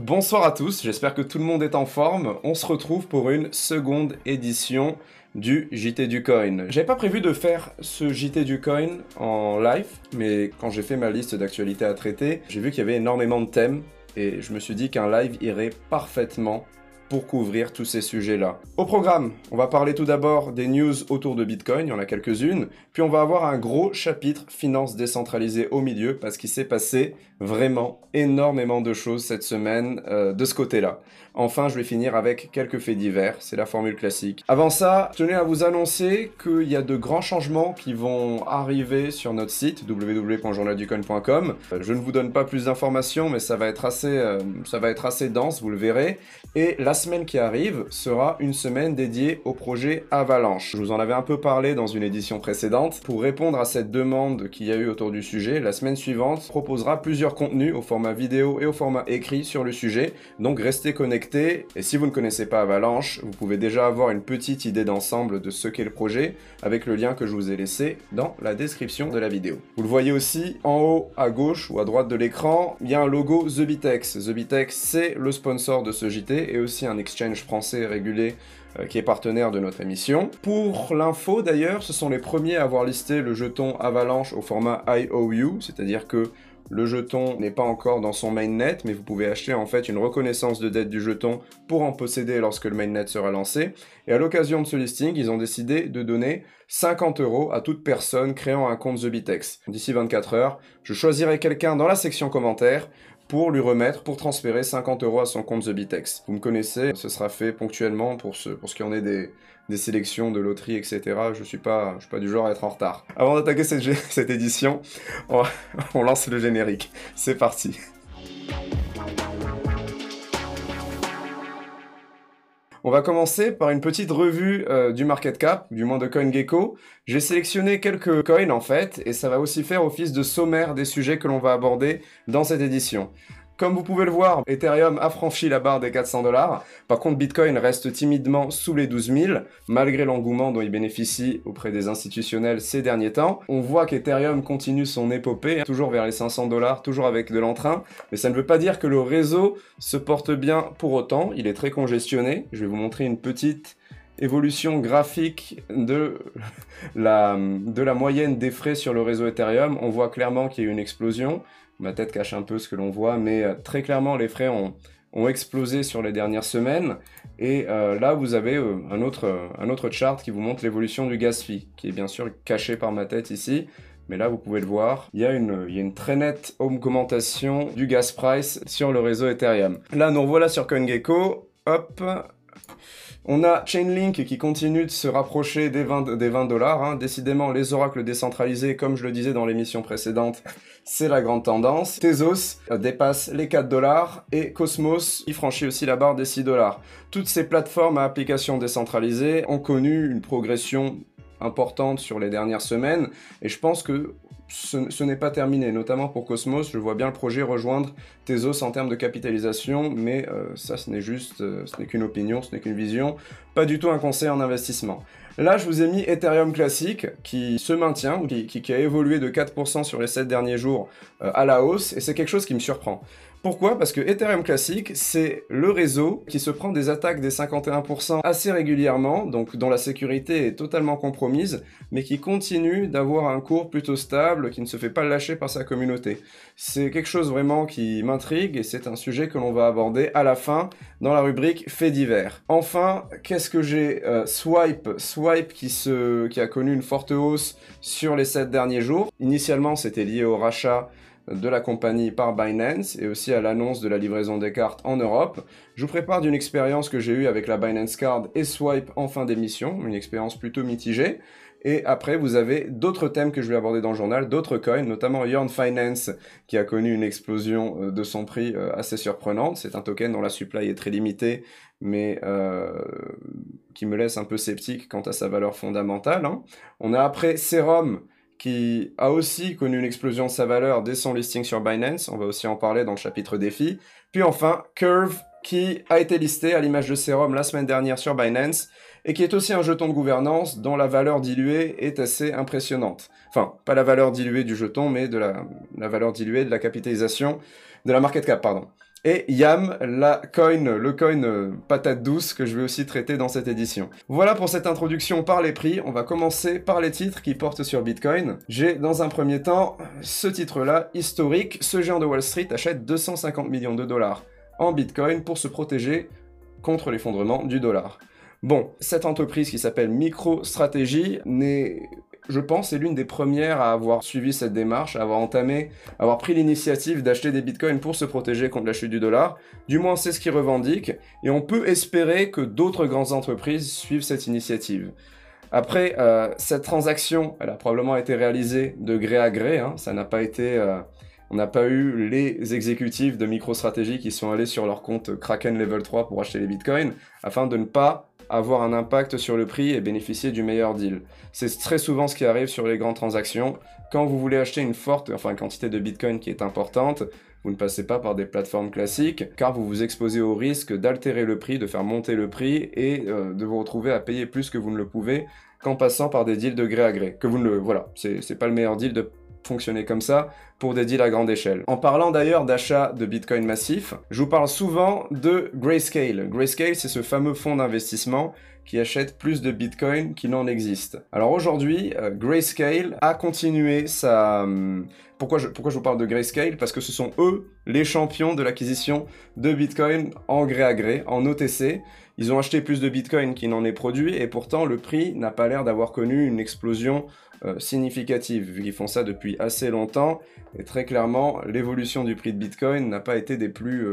Bonsoir à tous, j'espère que tout le monde est en forme. On se retrouve pour une seconde édition du JT du Coin. J'avais pas prévu de faire ce JT du Coin en live, mais quand j'ai fait ma liste d'actualités à traiter, j'ai vu qu'il y avait énormément de thèmes et je me suis dit qu'un live irait parfaitement pour couvrir tous ces sujets-là. Au programme, on va parler tout d'abord des news autour de Bitcoin, il y en a quelques-unes, puis on va avoir un gros chapitre finance décentralisée au milieu, parce qu'il s'est passé vraiment énormément de choses cette semaine de ce côté-là. Enfin, je vais finir avec quelques faits divers, c'est la formule classique. Avant ça, je tenais à vous annoncer qu'il y a de grands changements qui vont arriver sur notre site www.journalducoin.com. Je ne vous donne pas plus d'informations, mais ça va être assez dense, vous le verrez. Et la semaine qui arrive sera une semaine dédiée au projet Avalanche. Je vous en avais un peu parlé dans une édition précédente. Pour répondre à cette demande qu'il y a eu autour du sujet, la semaine suivante proposera plusieurs contenus au format vidéo et au format écrit sur le sujet. Donc restez connectés. Et si vous ne connaissez pas Avalanche, vous pouvez déjà avoir une petite idée d'ensemble de ce qu'est le projet avec le lien que je vous ai laissé dans la description de la vidéo. Vous le voyez aussi en haut à gauche ou à droite de l'écran, il y a un logo TheBitex. TheBitex, c'est le sponsor de ce JT et aussi un exchange français régulé qui est partenaire de notre émission. Pour l'info d'ailleurs, ce sont les premiers à avoir listé le jeton Avalanche au format IOU, c'est-à-dire que le jeton n'est pas encore dans son mainnet, mais vous pouvez acheter en fait une reconnaissance de dette du jeton pour en posséder lorsque le mainnet sera lancé. Et à l'occasion de ce listing, ils ont décidé de donner 50 € à toute personne créant un compte TheBitex. D'ici 24 heures, je choisirai quelqu'un dans la section commentaires pour lui remettre, pour transférer 50 € à son compte TheBitex. Vous me connaissez, ce sera fait ponctuellement pour ce qui en est des sélections, de loteries, etc. Je suis pas du genre à être en retard. Avant d'attaquer cette édition, on lance le générique. C'est parti. On va commencer par une petite revue du market cap, du moins de CoinGecko. J'ai sélectionné quelques coins en fait, et ça va aussi faire office de sommaire des sujets que l'on va aborder dans cette édition. Comme vous pouvez le voir, Ethereum a franchi la barre des 400 $. Par contre, Bitcoin reste timidement sous les 12 000, malgré l'engouement dont il bénéficie auprès des institutionnels ces derniers temps. On voit qu'Ethereum continue son épopée, toujours vers les 500 $, toujours avec de l'entrain, mais ça ne veut pas dire que le réseau se porte bien pour autant. Il est très congestionné. Je vais vous montrer une petite évolution graphique de la moyenne des frais sur le réseau Ethereum. On voit clairement qu'il y a eu une explosion. Ma tête cache un peu ce que l'on voit, mais très clairement, les frais ont explosé sur les dernières semaines. Et là, vous avez un autre chart qui vous montre l'évolution du gas fee, qui est bien sûr caché par ma tête ici. Mais là, vous pouvez le voir, il y a une très nette augmentation du gas price sur le réseau Ethereum. Là, nous revoilà sur CoinGecko. Hop. On a Chainlink qui continue de se rapprocher des 20 $. Hein. Décidément, les oracles décentralisés, comme je le disais dans l'émission précédente, c'est la grande tendance. Tezos dépasse les 4 $, et Cosmos, il franchit aussi la barre des 6 $. Toutes ces plateformes à applications décentralisées ont connu une progression importante sur les dernières semaines, et je pense que ce n'est pas terminé, notamment pour Cosmos. Je vois bien le projet rejoindre Tezos en termes de capitalisation, mais ça ce n'est qu'une opinion, ce n'est qu'une vision, pas du tout un conseil en investissement. Là, je vous ai mis Ethereum classique qui se maintient, qui a évolué de 4% sur les 7 derniers jours à la hausse, et c'est quelque chose qui me surprend. Pourquoi? Parce que Ethereum classique, c'est le réseau qui se prend des attaques des 51% assez régulièrement, donc dont la sécurité est totalement compromise, mais qui continue d'avoir un cours plutôt stable, qui ne se fait pas lâcher par sa communauté. C'est quelque chose vraiment qui m'intrigue, et c'est un sujet que l'on va aborder à la fin dans la rubrique faits divers. Enfin, qu'est-ce que j'ai? Swipe qui a connu une forte hausse sur les 7 derniers jours. Initialement, c'était lié au rachat de la compagnie par Binance et aussi à l'annonce de la livraison des cartes en Europe. Je vous prépare d'une expérience que j'ai eue avec la Binance Card et Swipe en fin d'émission, une expérience plutôt mitigée. Et après, vous avez d'autres thèmes que je vais aborder dans le journal, d'autres coins, notamment Yearn Finance, qui a connu une explosion de son prix assez surprenante. C'est un token dont la supply est très limitée, mais qui me laisse un peu sceptique quant à sa valeur fondamentale. Hein. On a après Serum, qui a aussi connu une explosion de sa valeur dès son listing sur Binance. On va aussi en parler dans le chapitre défi. Puis enfin, Curve, qui a été listé à l'image de Serum la semaine dernière sur Binance, et qui est aussi un jeton de gouvernance dont la valeur diluée est assez impressionnante. Enfin, pas la valeur diluée du jeton, mais de la valeur diluée de la capitalisation, de la market cap, pardon. et YAM, le coin patate douce que je vais aussi traiter dans cette édition. Voilà pour cette introduction par les prix. On va commencer par les titres qui portent sur Bitcoin. J'ai dans un premier temps ce titre-là, historique. Ce géant de Wall Street achète 250 millions de dollars en Bitcoin pour se protéger contre l'effondrement du dollar. Bon, cette entreprise qui s'appelle MicroStrategy je pense, c'est l'une des premières à avoir suivi cette démarche, à avoir pris l'initiative d'acheter des bitcoins pour se protéger contre la chute du dollar. Du moins, c'est ce qu'ils revendiquent, et on peut espérer que d'autres grandes entreprises suivent cette initiative. Après, cette transaction, elle a probablement été réalisée de gré à gré, hein, ça n'a pas été... on n'a pas eu les exécutifs de MicroStrategy qui sont allés sur leur compte Kraken Level 3 pour acheter les bitcoins, afin de ne pas avoir un impact sur le prix et bénéficier du meilleur deal. C'est très souvent ce qui arrive sur les grandes transactions. Quand vous voulez acheter une quantité de bitcoin qui est importante, vous ne passez pas par des plateformes classiques, car vous vous exposez au risque d'altérer le prix, de faire monter le prix, et de vous retrouver à payer plus que vous ne le pouvez, qu'en passant par des deals de gré à gré. Voilà, c'est pas le meilleur deal de fonctionner comme ça pour des deals à grande échelle. En parlant d'ailleurs d'achat de Bitcoin massif, je vous parle souvent de Grayscale. Grayscale, c'est ce fameux fonds d'investissement qui achète plus de Bitcoin qu'il n'en existe. Alors aujourd'hui, Grayscale a continué sa... Pourquoi je vous parle de Grayscale? Parce que ce sont eux les champions de l'acquisition de Bitcoin en gré à gré, en OTC. Ils ont acheté plus de Bitcoin qu'il n'en est produit, et pourtant le prix n'a pas l'air d'avoir connu une explosion significative, vu qu'ils font ça depuis assez longtemps, et très clairement, l'évolution du prix de Bitcoin n'a pas été des plus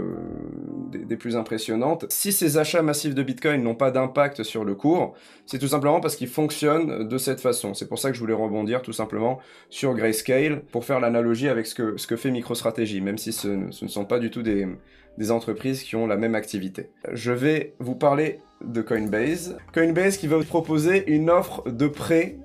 impressionnantes. Si ces achats massifs de Bitcoin n'ont pas d'impact sur le cours, c'est tout simplement parce qu'ils fonctionnent de cette façon. C'est pour ça que je voulais rebondir tout simplement sur Grayscale, pour faire l'analogie avec ce que fait MicroStrategy, même si ce ne sont pas du tout des entreprises qui ont la même activité. Je vais vous parler de Coinbase. Coinbase qui va vous proposer une offre de prêt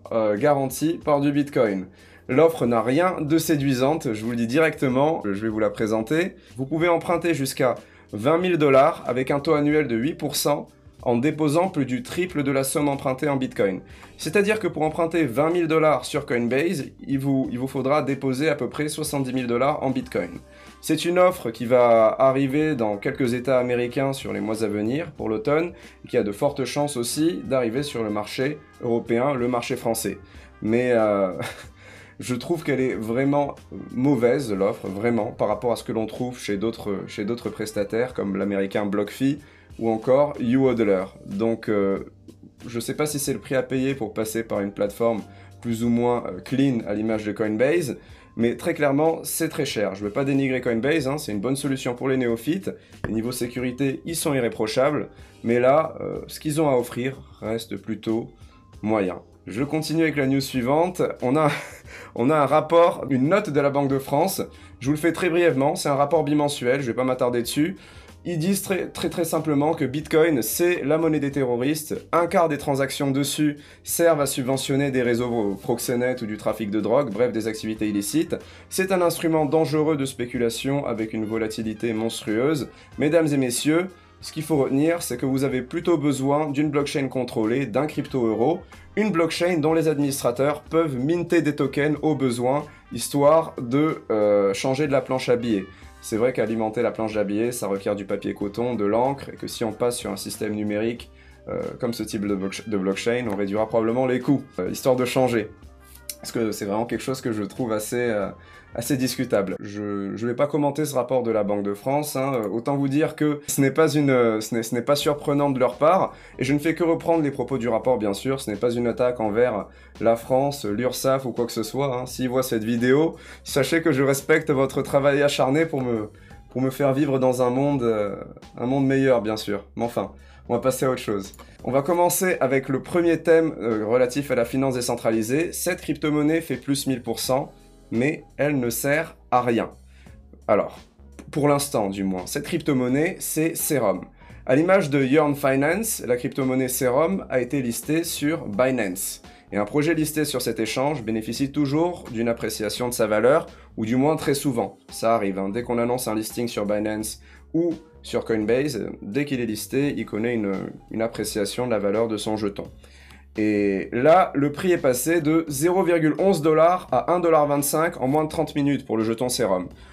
garantie par du Bitcoin. L'offre n'a rien de séduisante, je vous le dis directement, je vais vous la présenter. Vous pouvez emprunter jusqu'à 20 000 $ avec un taux annuel de 8% en déposant plus du triple de la somme empruntée en Bitcoin. C'est-à-dire que pour emprunter 20 000 $ sur Coinbase, il vous faudra déposer à peu près 70 000 $ en Bitcoin. C'est une offre qui va arriver dans quelques États américains sur les mois à venir pour l'automne, et qui a de fortes chances aussi d'arriver sur le marché européen, le marché français. Mais je trouve qu'elle est vraiment mauvaise, l'offre, vraiment, par rapport à ce que l'on trouve chez d'autres prestataires, comme l'américain BlockFi ou encore YouHodler. Donc, je ne sais pas si c'est le prix à payer pour passer par une plateforme plus ou moins clean à l'image de Coinbase, mais très clairement, c'est très cher. Je ne veux pas dénigrer Coinbase, hein, c'est une bonne solution pour les néophytes. Et niveau sécurité, ils sont irréprochables, mais là, ce qu'ils ont à offrir reste plutôt moyen. Je continue avec la news suivante. On a un rapport, une note de la Banque de France. Je vous le fais très brièvement, c'est un rapport bimensuel, je ne vais pas m'attarder dessus. Ils disent très simplement que Bitcoin, c'est la monnaie des terroristes. Un quart des transactions dessus servent à subventionner des réseaux proxénètes ou du trafic de drogue, bref, des activités illicites. C'est un instrument dangereux de spéculation avec une volatilité monstrueuse. Mesdames et messieurs, ce qu'il faut retenir, c'est que vous avez plutôt besoin d'une blockchain contrôlée, d'un crypto-euro, une blockchain dont les administrateurs peuvent minter des tokens au besoin, histoire de changer de la planche à billets. C'est vrai qu'alimenter la planche à billets, ça requiert du papier coton, de l'encre, et que si on passe sur un système numérique comme ce type de blockchain, on réduira probablement les coûts, histoire de changer. Parce que c'est vraiment quelque chose que je trouve assez discutable. Je ne vais pas commenter ce rapport de la Banque de France, hein. Autant vous dire que ce n'est pas surprenant de leur part, et je ne fais que reprendre les propos du rapport, bien sûr. Ce n'est pas une attaque envers la France, l'URSSAF ou quoi que ce soit, hein. S'ils voient cette vidéo, sachez que je respecte votre travail acharné pour me faire vivre dans un monde meilleur, bien sûr. Mais enfin, on va passer à autre chose. On va commencer avec le premier thème relatif à la finance décentralisée. Cette crypto-monnaie fait plus 1000%, mais elle ne sert à rien. Alors, pour l'instant du moins, cette crypto-monnaie, c'est Serum. À l'image de Yearn Finance, la crypto-monnaie Serum a été listée sur Binance. Et un projet listé sur cet échange bénéficie toujours d'une appréciation de sa valeur, ou du moins très souvent. Ça arrive, hein. Dès qu'on annonce un listing sur Binance ou sur Coinbase, dès qu'il est listé, il connaît une appréciation de la valeur de son jeton. Et là, le prix est passé de 0,11 $ à 1,25 $ en moins de 30 minutes pour le jeton Serum.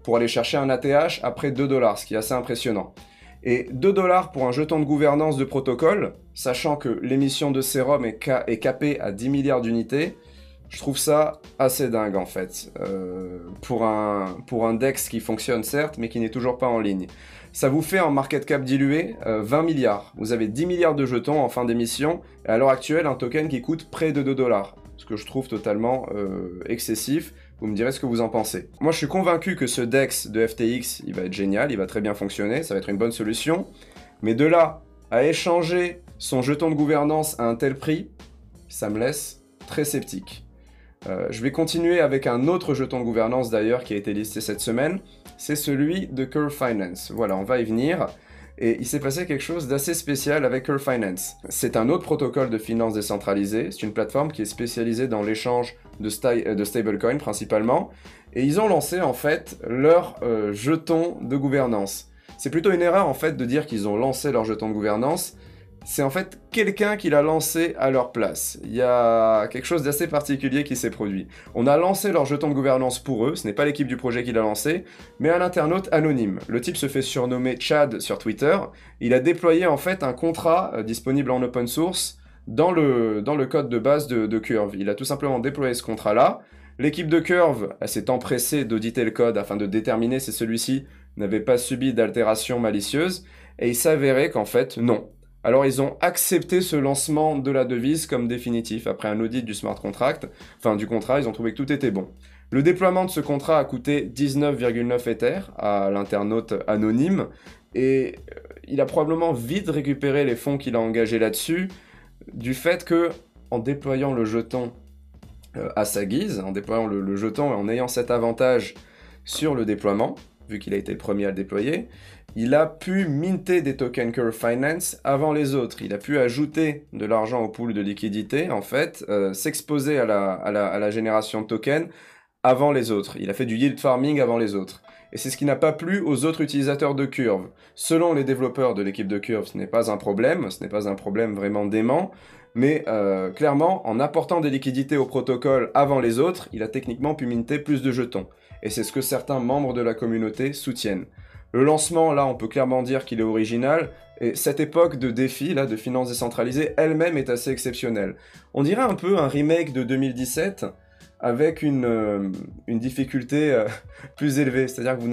pour aller chercher un ATH après 2 $, ce qui est assez impressionnant. Et 2 $ pour un jeton de gouvernance de protocole, sachant que l'émission de Serum est capée à 10 milliards d'unités, je trouve ça assez dingue en fait, pour un DEX qui fonctionne certes, mais qui n'est toujours pas en ligne. Ça vous fait en market cap dilué 20 milliards. Vous avez 10 milliards de jetons en fin d'émission, et à l'heure actuelle un token qui coûte près de 2 $, ce que je trouve totalement excessif. Vous me direz ce que vous en pensez. Moi je suis convaincu que ce DEX de FTX, il va être génial, il va très bien fonctionner, ça va être une bonne solution, mais de là à échanger son jeton de gouvernance à un tel prix, ça me laisse très sceptique. Je vais continuer avec un autre jeton de gouvernance d'ailleurs qui a été listé cette semaine, c'est celui de Curve Finance. Voilà, on va y venir. Et il s'est passé quelque chose d'assez spécial avec Curve Finance. C'est un autre protocole de finance décentralisée, c'est une plateforme qui est spécialisée dans l'échange de stablecoins principalement, et ils ont lancé en fait leur jeton de gouvernance. C'est plutôt une erreur en fait de dire qu'ils ont lancé leur jeton de gouvernance, c'est en fait quelqu'un qui l'a lancé à leur place. Il y a quelque chose d'assez particulier qui s'est produit. On a lancé leur jeton de gouvernance pour eux, ce n'est pas l'équipe du projet qui l'a lancé, mais un internaute anonyme. Le type se fait surnommer Chad sur Twitter. Il a déployé en fait un contrat disponible en open source dans le code de base de Curve. Il a tout simplement déployé ce contrat-là. L'équipe de Curve s'est empressée d'auditer le code afin de déterminer si celui-ci n'avait pas subi d'altération malicieuse, et il s'avérait qu'en fait, non. Alors ils ont accepté ce lancement de la devise comme définitif. Après un audit du smart contract, enfin du contrat, ils ont trouvé que tout était bon. Le déploiement de ce contrat a coûté 19,9 Ether à l'internaute anonyme, et il a probablement vite récupéré les fonds qu'il a engagés là-dessus, du fait que, en déployant le jeton à sa guise, en déployant le jeton et en ayant cet avantage sur le déploiement, vu qu'il a été le premier à le déployer, il a pu minter des tokens Curve Finance avant les autres. Il a pu ajouter de l'argent au pool de liquidité, en fait, s'exposer à la génération de tokens avant les autres. Il a fait du yield farming avant les autres. Et c'est ce qui n'a pas plu aux autres utilisateurs de Curve. Selon les développeurs de l'équipe de Curve, ce n'est pas un problème vraiment dément, mais clairement, en apportant des liquidités au protocole avant les autres, il a techniquement pu minter plus de jetons. Et c'est ce que certains membres de la communauté soutiennent. Le lancement, là, on peut clairement dire qu'il est original, et cette époque de défi, là, de finance décentralisée, elle-même est assez exceptionnelle. On dirait un peu un remake de 2017, avec une difficulté plus élevée, c'est-à-dire que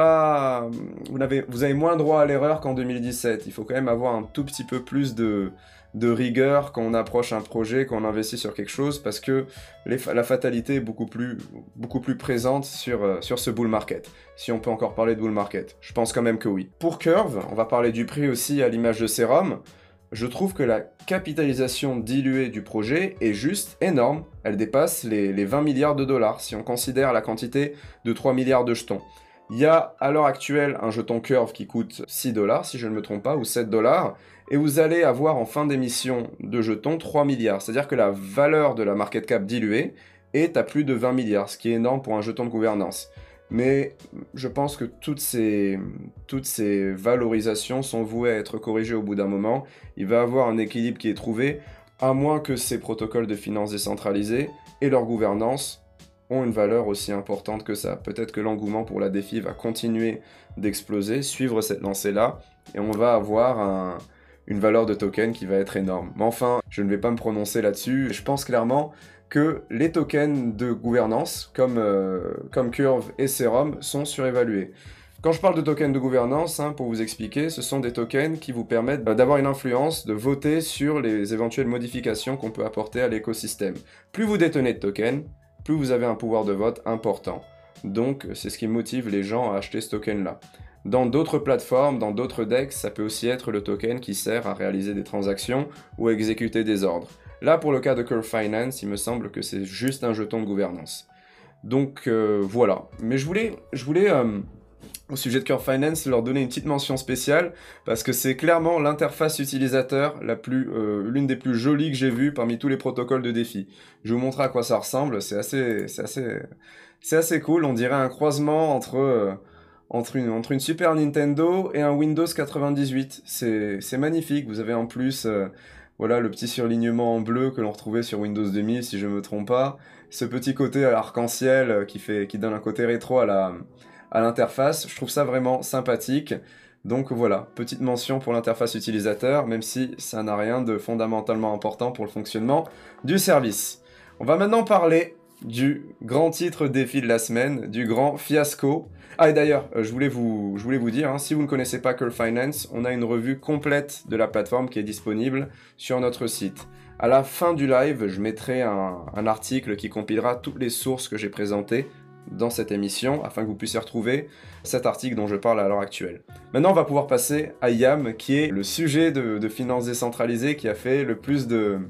vous avez moins droit à l'erreur qu'en 2017. Il faut quand même avoir un tout petit peu plus de rigueur quand on approche un projet, quand on investit sur quelque chose, parce que la fatalité est beaucoup plus présente sur ce bull market. Si on peut encore parler de bull market, je pense quand même que oui. Pour Curve, on va parler du prix aussi à l'image de Serum. Je trouve que la capitalisation diluée du projet est juste énorme. Elle dépasse les 20 milliards de dollars si on considère la quantité de 3 milliards de jetons. Il y a à l'heure actuelle un jeton Curve qui coûte 6 $, si je ne me trompe pas, ou 7 $, et vous allez avoir en fin d'émission de jetons 3 milliards. C'est-à-dire que la valeur de la market cap diluée est à plus de 20 milliards, ce qui est énorme pour un jeton de gouvernance. Mais je pense que toutes ces valorisations sont vouées à être corrigées au bout d'un moment. Il va y avoir un équilibre qui est trouvé, à moins que ces protocoles de finance décentralisés et leur gouvernance ont une valeur aussi importante que ça. Peut-être que l'engouement pour la défi va continuer d'exploser, suivre cette lancée-là, et on va avoir une valeur de token qui va être énorme. Mais enfin, je ne vais pas me prononcer là-dessus. Je pense clairement que les tokens de gouvernance, comme Curve et Serum, sont surévalués. Quand je parle de tokens de gouvernance, pour vous expliquer, ce sont des tokens qui vous permettent d'avoir une influence, de voter sur les éventuelles modifications qu'on peut apporter à l'écosystème. Plus vous détenez de tokens, plus vous avez un pouvoir de vote important. Donc c'est ce qui motive les gens à acheter ce token-là. Dans d'autres plateformes, dans d'autres DEX, ça peut aussi être le token qui sert à réaliser des transactions ou à exécuter des ordres. Là, pour le cas de Curve Finance, il me semble que c'est juste un jeton de gouvernance. Donc voilà. Mais je voulais au sujet de Curve Finance, leur donner une petite mention spéciale, parce que c'est clairement l'interface utilisateur l'une des plus jolies que j'ai vues parmi tous les protocoles de défi. Je vais vous montrer à quoi ça ressemble, c'est assez cool, on dirait un croisement entre une Super Nintendo et un Windows 98. C'est magnifique, vous avez en plus voilà, le petit surlignement en bleu que l'on retrouvait sur Windows 2000 si je me trompe pas, ce petit côté arc-en-ciel qui donne un côté rétro à à l'interface. Je trouve ça vraiment sympathique. Donc voilà, petite mention pour l'interface utilisateur, même si ça n'a rien de fondamentalement important pour le fonctionnement du service. On va maintenant parler du grand titre défi de la semaine, du grand fiasco. Ah et d'ailleurs, je voulais vous dire, si vous ne connaissez pas Curl Finance, on a une revue complète de la plateforme qui est disponible sur notre site. À la fin du live, je mettrai un article qui compilera toutes les sources que j'ai présentées dans cette émission, afin que vous puissiez retrouver cet article dont je parle à l'heure actuelle. Maintenant, on va pouvoir passer à YAM, qui est le sujet de finances décentralisées qui a fait le plus de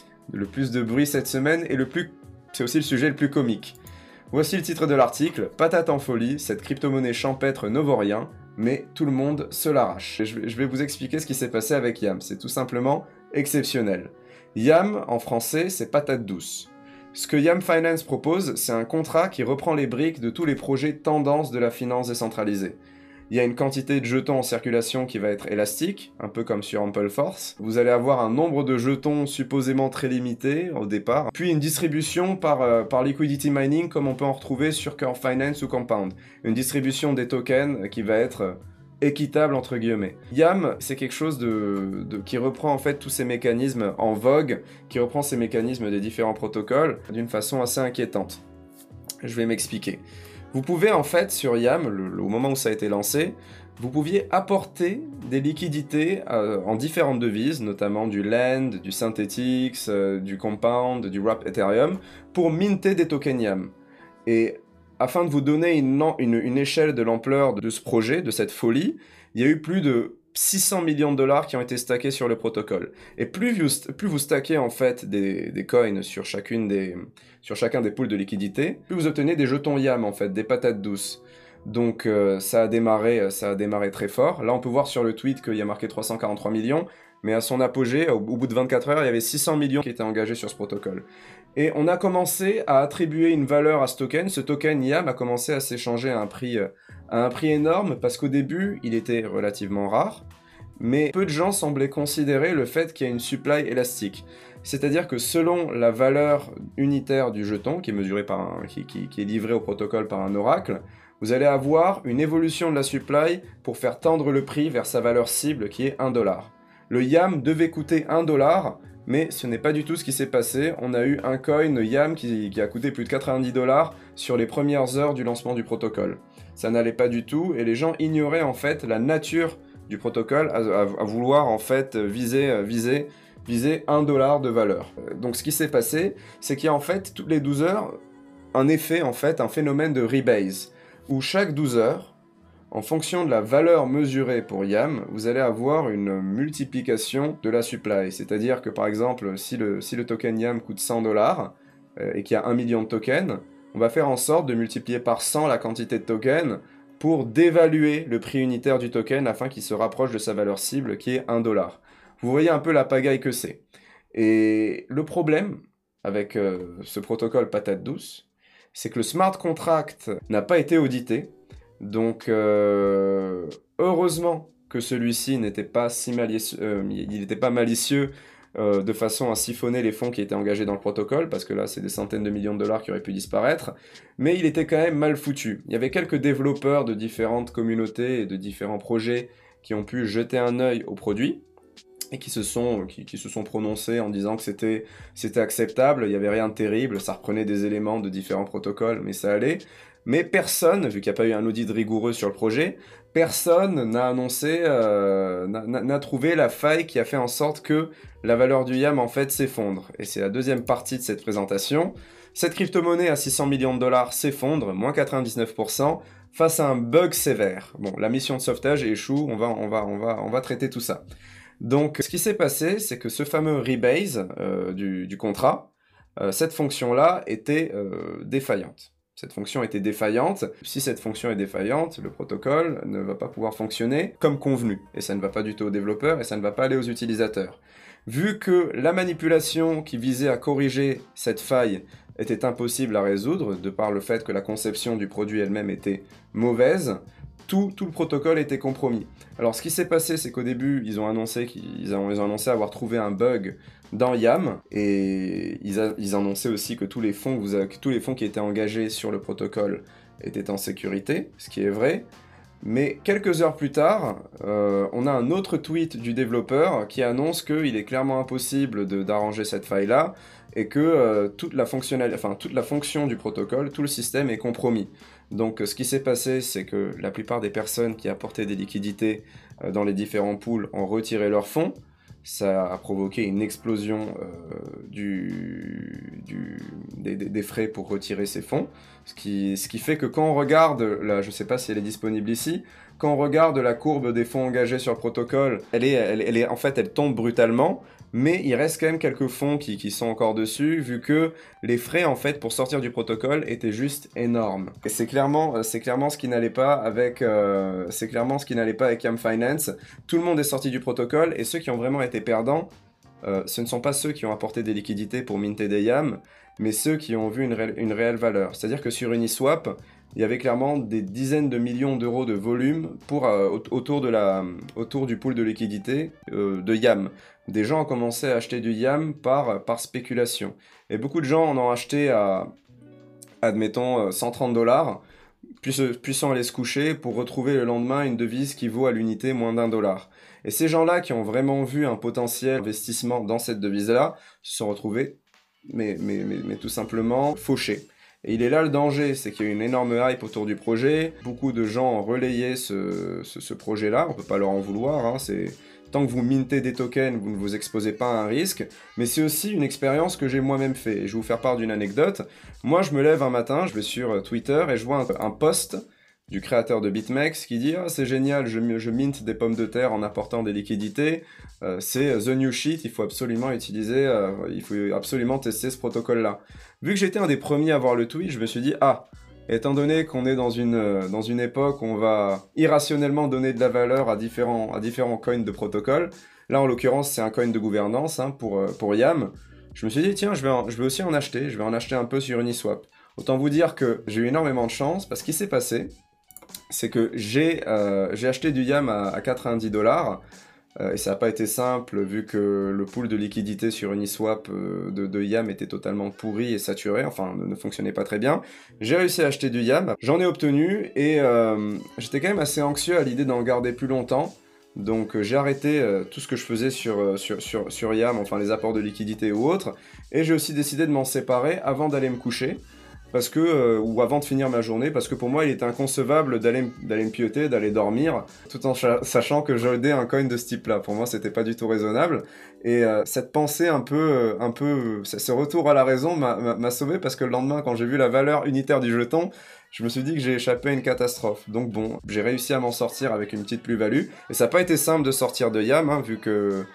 bruit cette semaine, et c'est aussi le sujet le plus comique. Voici le titre de l'article, patate en folie, cette crypto-monnaie champêtre ne vaut rien, mais tout le monde se l'arrache. Je vais vous expliquer ce qui s'est passé avec YAM, c'est tout simplement exceptionnel. YAM, en français, c'est patate douce. Ce que YAM Finance propose, c'est un contrat qui reprend les briques de tous les projets tendances de la finance décentralisée. Il y a une quantité de jetons en circulation qui va être élastique, un peu comme sur Ampleforth. Vous allez avoir un nombre de jetons supposément très limité au départ, puis une distribution par liquidity mining comme on peut en retrouver sur Curl Finance ou Compound. Une distribution des tokens qui va être équitable entre guillemets. YAM, c'est quelque chose qui reprend en fait tous ces mécanismes en vogue, qui reprend ces mécanismes des différents protocoles d'une façon assez inquiétante. Je vais m'expliquer. Vous pouvez en fait sur YAM, au moment où ça a été lancé, vous pouviez apporter des liquidités en différentes devises, notamment du Land, du Synthetix, du Compound, du Wrap Ethereum, pour minter des tokens YAM. Et afin de vous donner une échelle de l'ampleur de ce projet, de cette folie, il y a eu plus de 600 millions de dollars qui ont été stackés sur le protocole. Et plus vous stackez en fait des coins sur chacun des pools de liquidité, plus vous obtenez des jetons YAM en fait, des patates douces. Donc ça a démarré très fort. Là on peut voir sur le tweet qu'il y a marqué 343 millions, mais à son apogée, au bout de 24 heures, il y avait 600 millions qui étaient engagés sur ce protocole. Et on a commencé à attribuer une valeur à ce token. Ce token YAM a commencé à s'échanger à un prix énorme, parce qu'au début, il était relativement rare, mais peu de gens semblaient considérer le fait qu'il y a une supply élastique. C'est-à-dire que selon la valeur unitaire du jeton, qui est mesurée qui est livrée au protocole par un oracle, vous allez avoir une évolution de la supply pour faire tendre le prix vers sa valeur cible qui est 1 $. Le YAM devait coûter 1 $, mais ce n'est pas du tout ce qui s'est passé. On a eu un coin YAM qui a coûté plus de 90 $ sur les premières heures du lancement du protocole. Ça n'allait pas du tout, et les gens ignoraient en fait la nature du protocole à vouloir en fait viser 1 $ de valeur. Donc ce qui s'est passé, c'est qu'il y a en fait toutes les 12 heures un phénomène de rebase, où chaque 12 heures, en fonction de la valeur mesurée pour YAM, vous allez avoir une multiplication de la supply. C'est-à-dire que par exemple, si le token YAM coûte 100 $ et qu'il y a 1 million de tokens, on va faire en sorte de multiplier par 100 la quantité de tokens pour dévaluer le prix unitaire du token afin qu'il se rapproche de sa valeur cible qui est 1 $. Vous voyez un peu la pagaille que c'est. Et le problème avec ce protocole patate douce, c'est que le smart contract n'a pas été audité. Donc, heureusement que celui-ci n'était pas malicieux de façon à siphonner les fonds qui étaient engagés dans le protocole, parce que là, c'est des centaines de millions de dollars qui auraient pu disparaître, mais il était quand même mal foutu. Il y avait quelques développeurs de différentes communautés et de différents projets qui ont pu jeter un œil au produit, et qui se sont prononcés en disant que c'était acceptable, il n'y avait rien de terrible, ça reprenait des éléments de différents protocoles, mais ça allait. Mais personne, vu qu'il n'y a pas eu un audit rigoureux sur le projet, personne n'a trouvé la faille qui a fait en sorte que la valeur du YAM en fait s'effondre. Et c'est la deuxième partie de cette présentation. Cette crypto-monnaie à 600 millions de dollars s'effondre, moins 99%, face à un bug sévère. Bon, la mission de sauvetage échoue, on va traiter tout ça. Donc, ce qui s'est passé, c'est que ce fameux rebase du contrat, cette fonction-là était défaillante. Cette fonction était défaillante. Si cette fonction est défaillante, le protocole ne va pas pouvoir fonctionner comme convenu. Et ça ne va pas du tout aux développeurs et ça ne va pas aller aux utilisateurs. Vu que la manipulation qui visait à corriger cette faille était impossible à résoudre, de par le fait que la conception du produit elle-même était mauvaise, tout le protocole était compromis. Alors ce qui s'est passé, c'est qu'au début, ils ont annoncé avoir trouvé un bug dans YAM, et ils annonçaient aussi que tous les fonds qui étaient engagés sur le protocole était en sécurité, ce qui est vrai. Mais quelques heures plus tard, on a un autre tweet du développeur qui annonce qu'il est clairement impossible d'arranger cette faille-là et que toute la fonction du protocole, tout le système est compromis. Donc ce qui s'est passé, c'est que la plupart des personnes qui apportaient des liquidités dans les différents pools ont retiré leurs fonds. Ça a provoqué une explosion des frais pour retirer ces fonds. Ce qui fait que quand on regarde, là, je ne sais pas si elle est disponible ici, quand on regarde la courbe des fonds engagés sur le protocole, en fait, elle tombe brutalement, mais il reste quand même quelques fonds qui sont encore dessus, vu que les frais, en fait, pour sortir du protocole étaient juste énormes. Et c'est clairement ce qui n'allait pas avec Yam Finance. Tout le monde est sorti du protocole, et ceux qui ont vraiment été perdants, ce ne sont pas ceux qui ont apporté des liquidités pour minter des Yam, mais ceux qui ont vu une réelle valeur. C'est-à-dire que sur Uniswap, il y avait clairement des dizaines de millions d'euros de volume autour du pool de liquidité de Yam. Des gens ont commencé à acheter du Yam par spéculation. Et beaucoup de gens en ont acheté à, admettons, 130 $, puis sont allés se coucher pour retrouver le lendemain une devise qui vaut à l'unité moins d'1 $. Et ces gens-là qui ont vraiment vu un potentiel investissement dans cette devise-là, se sont retrouvés mais tout simplement fauchés. Et il est là le danger, c'est qu'il y a une énorme hype autour du projet, beaucoup de gens ont relayé ce projet-là, on peut pas leur en vouloir, hein, tant que vous mintez des tokens, vous ne vous exposez pas à un risque, mais c'est aussi une expérience que j'ai moi-même fait, et je vais vous faire part d'une anecdote. Moi je me lève un matin, je vais sur Twitter et je vois un post du créateur de BitMEX qui dit « Ah, c'est génial, je mint des pommes de terre en apportant des liquidités, c'est the new shit, il faut absolument tester ce protocole-là. » Vu que j'étais un des premiers à voir le tweet, je me suis dit « Ah, étant donné qu'on est dans une époque où on va irrationnellement donner de la valeur à différents coins de protocole, là en l'occurrence c'est un coin de gouvernance hein, pour Yam, je me suis dit tiens, je vais aussi en acheter, je vais en acheter un peu sur Uniswap. » Autant vous dire que j'ai eu énormément de chance, parce qu'il s'est passé, c'est que j'ai acheté du Yam à 90 $, et ça n'a pas été simple vu que le pool de liquidité sur Uniswap de Yam était totalement pourri et saturé, enfin ne fonctionnait pas très bien. J'ai réussi à acheter du Yam, j'en ai obtenu et j'étais quand même assez anxieux à l'idée d'en garder plus longtemps. Donc j'ai arrêté tout ce que je faisais sur Yam, enfin les apports de liquidité ou autres, et j'ai aussi décidé de m'en séparer avant d'aller me coucher. Ou avant de finir ma journée, parce que pour moi il était inconcevable d'aller me pieuter, d'aller dormir, tout en sachant que j'holdais un coin de ce type-là. Pour moi c'était pas du tout raisonnable, et cette pensée ce retour à la raison m'a sauvé, parce que le lendemain quand j'ai vu la valeur unitaire du jeton, je me suis dit que j'ai échappé à une catastrophe. Donc bon, j'ai réussi à m'en sortir avec une petite plus-value, et ça n'a pas été simple de sortir de Yam, hein, vu que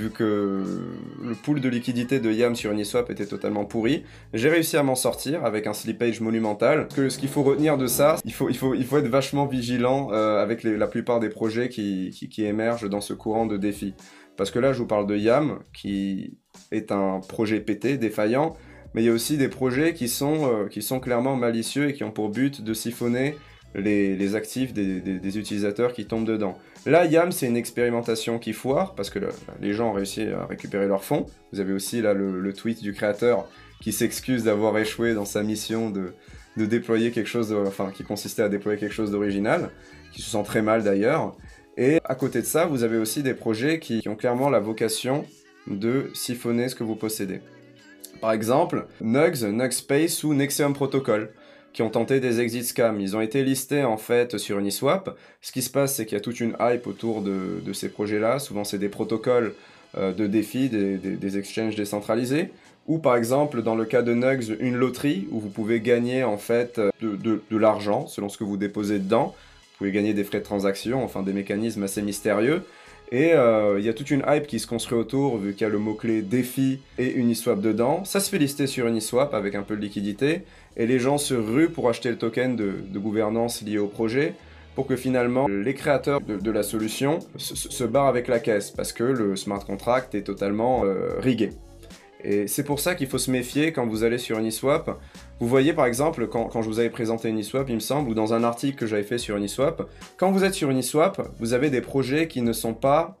le pool de liquidité de Yam sur Uniswap était totalement pourri. J'ai réussi à m'en sortir avec un slippage monumental. Ce qu'il faut retenir de ça, il faut être vachement vigilant avec la plupart des projets qui émergent dans ce courant de défi. Parce que là, je vous parle de Yam, qui est un projet pété, défaillant, mais il y a aussi des projets qui sont clairement malicieux et qui ont pour but de siphonner les actifs des utilisateurs qui tombent dedans. Là, Yam, c'est une expérimentation qui foire, parce que les gens ont réussi à récupérer leurs fonds. Vous avez aussi là le tweet du créateur qui s'excuse d'avoir échoué dans sa mission de déployer quelque chose, qui consistait à déployer quelque chose d'original, qui se sent très mal d'ailleurs. Et à côté de ça, vous avez aussi des projets qui ont clairement la vocation de siphonner ce que vous possédez. Par exemple, Nugs, Nugspace ou Nexium Protocol, qui ont tenté des exit scams. Ils ont été listés en fait sur Uniswap. Ce qui se passe, c'est qu'il y a toute une hype autour de ces projets-là. Souvent, c'est des protocoles de défi, des exchanges décentralisés. Ou par exemple, dans le cas de Nugs, une loterie où vous pouvez gagner en fait de l'argent selon ce que vous déposez dedans. Vous pouvez gagner des frais de transaction, enfin des mécanismes assez mystérieux. Et il y a toute une hype qui se construit autour, vu qu'il y a le mot-clé défi et Uniswap dedans. Ça se fait lister sur Uniswap avec un peu de liquidité, et les gens se ruent pour acheter le token de gouvernance lié au projet, pour que finalement les créateurs de la solution se barrent avec la caisse, parce que le smart contract est totalement rigué. Et c'est pour ça qu'il faut se méfier quand vous allez sur Uniswap. Vous voyez par exemple, quand je vous avais présenté Uniswap, il me semble, ou dans un article que j'avais fait sur Uniswap, quand vous êtes sur Uniswap, vous avez des projets qui ne sont pas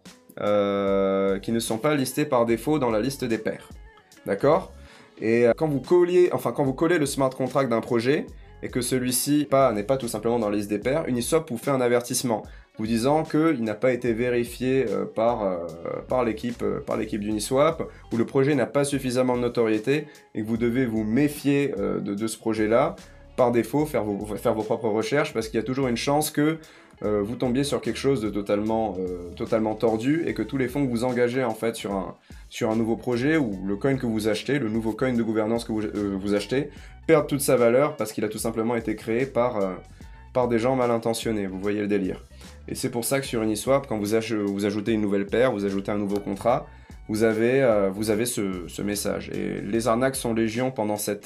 listés par défaut dans la liste des pairs. D'accord ? Et quand vous collez le smart contract d'un projet, et que celui-ci n'est pas tout simplement dans la liste des pairs, Uniswap vous fait un avertissement vous disant qu'il n'a pas été vérifié par l'équipe d'Uniswap, ou le projet n'a pas suffisamment de notoriété, et que vous devez vous méfier de ce projet-là. Par défaut, faire vos propres recherches, parce qu'il y a toujours une chance que vous tombiez sur quelque chose de totalement tordu, et que tous les fonds que vous engagez en fait sur un nouveau projet, ou le coin que vous achetez, le nouveau coin de gouvernance que vous achetez, perde toute sa valeur, parce qu'il a tout simplement été créé par des gens mal intentionnés. Vous voyez le délire. Et c'est pour ça que sur Uniswap, quand vous ajoutez une nouvelle paire, vous ajoutez un nouveau contrat, vous avez ce message. Et les arnaques sont légion pendant cette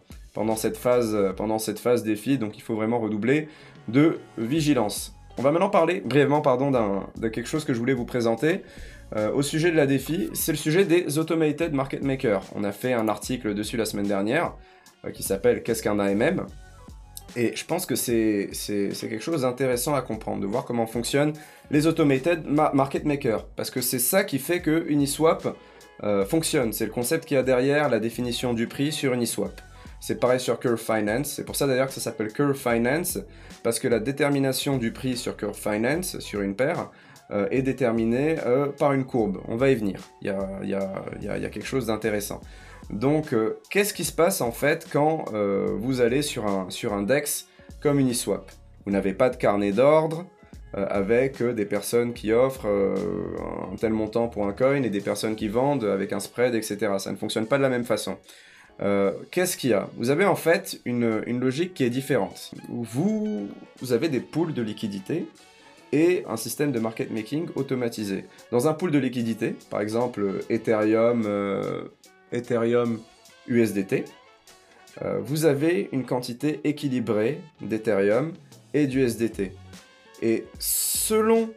phase défi, donc il faut vraiment redoubler de vigilance. On va maintenant parler brièvement de quelque chose que je voulais vous présenter au sujet de la défi, c'est le sujet des Automated Market Makers. On a fait un article dessus la semaine dernière qui s'appelle « Qu'est-ce qu'un AMM ?» Et je pense que c'est quelque chose d'intéressant à comprendre, de voir comment fonctionnent les Automated Market Makers, parce que c'est ça qui fait que Uniswap fonctionne, c'est le concept qu'il y a derrière la définition du prix sur Uniswap. C'est pareil sur Curve Finance, c'est pour ça d'ailleurs que ça s'appelle Curve Finance, parce que la détermination du prix sur Curve Finance, sur une paire, est déterminée par une courbe. On va y venir, il y a quelque chose d'intéressant. Donc, qu'est-ce qui se passe en fait quand vous allez sur un DEX comme Uniswap? Vous n'avez pas de carnet d'ordre avec des personnes qui offrent un tel montant pour un coin et des personnes qui vendent avec un spread, etc. Ça ne fonctionne pas de la même façon. Qu'est-ce qu'il y a? Vous avez en fait une logique qui est différente. Vous avez des pools de liquidités et un système de market making automatisé. Dans un pool de liquidités, par exemple Ethereum USDT, vous avez une quantité équilibrée d'Ethereum et d'USDT. Et selon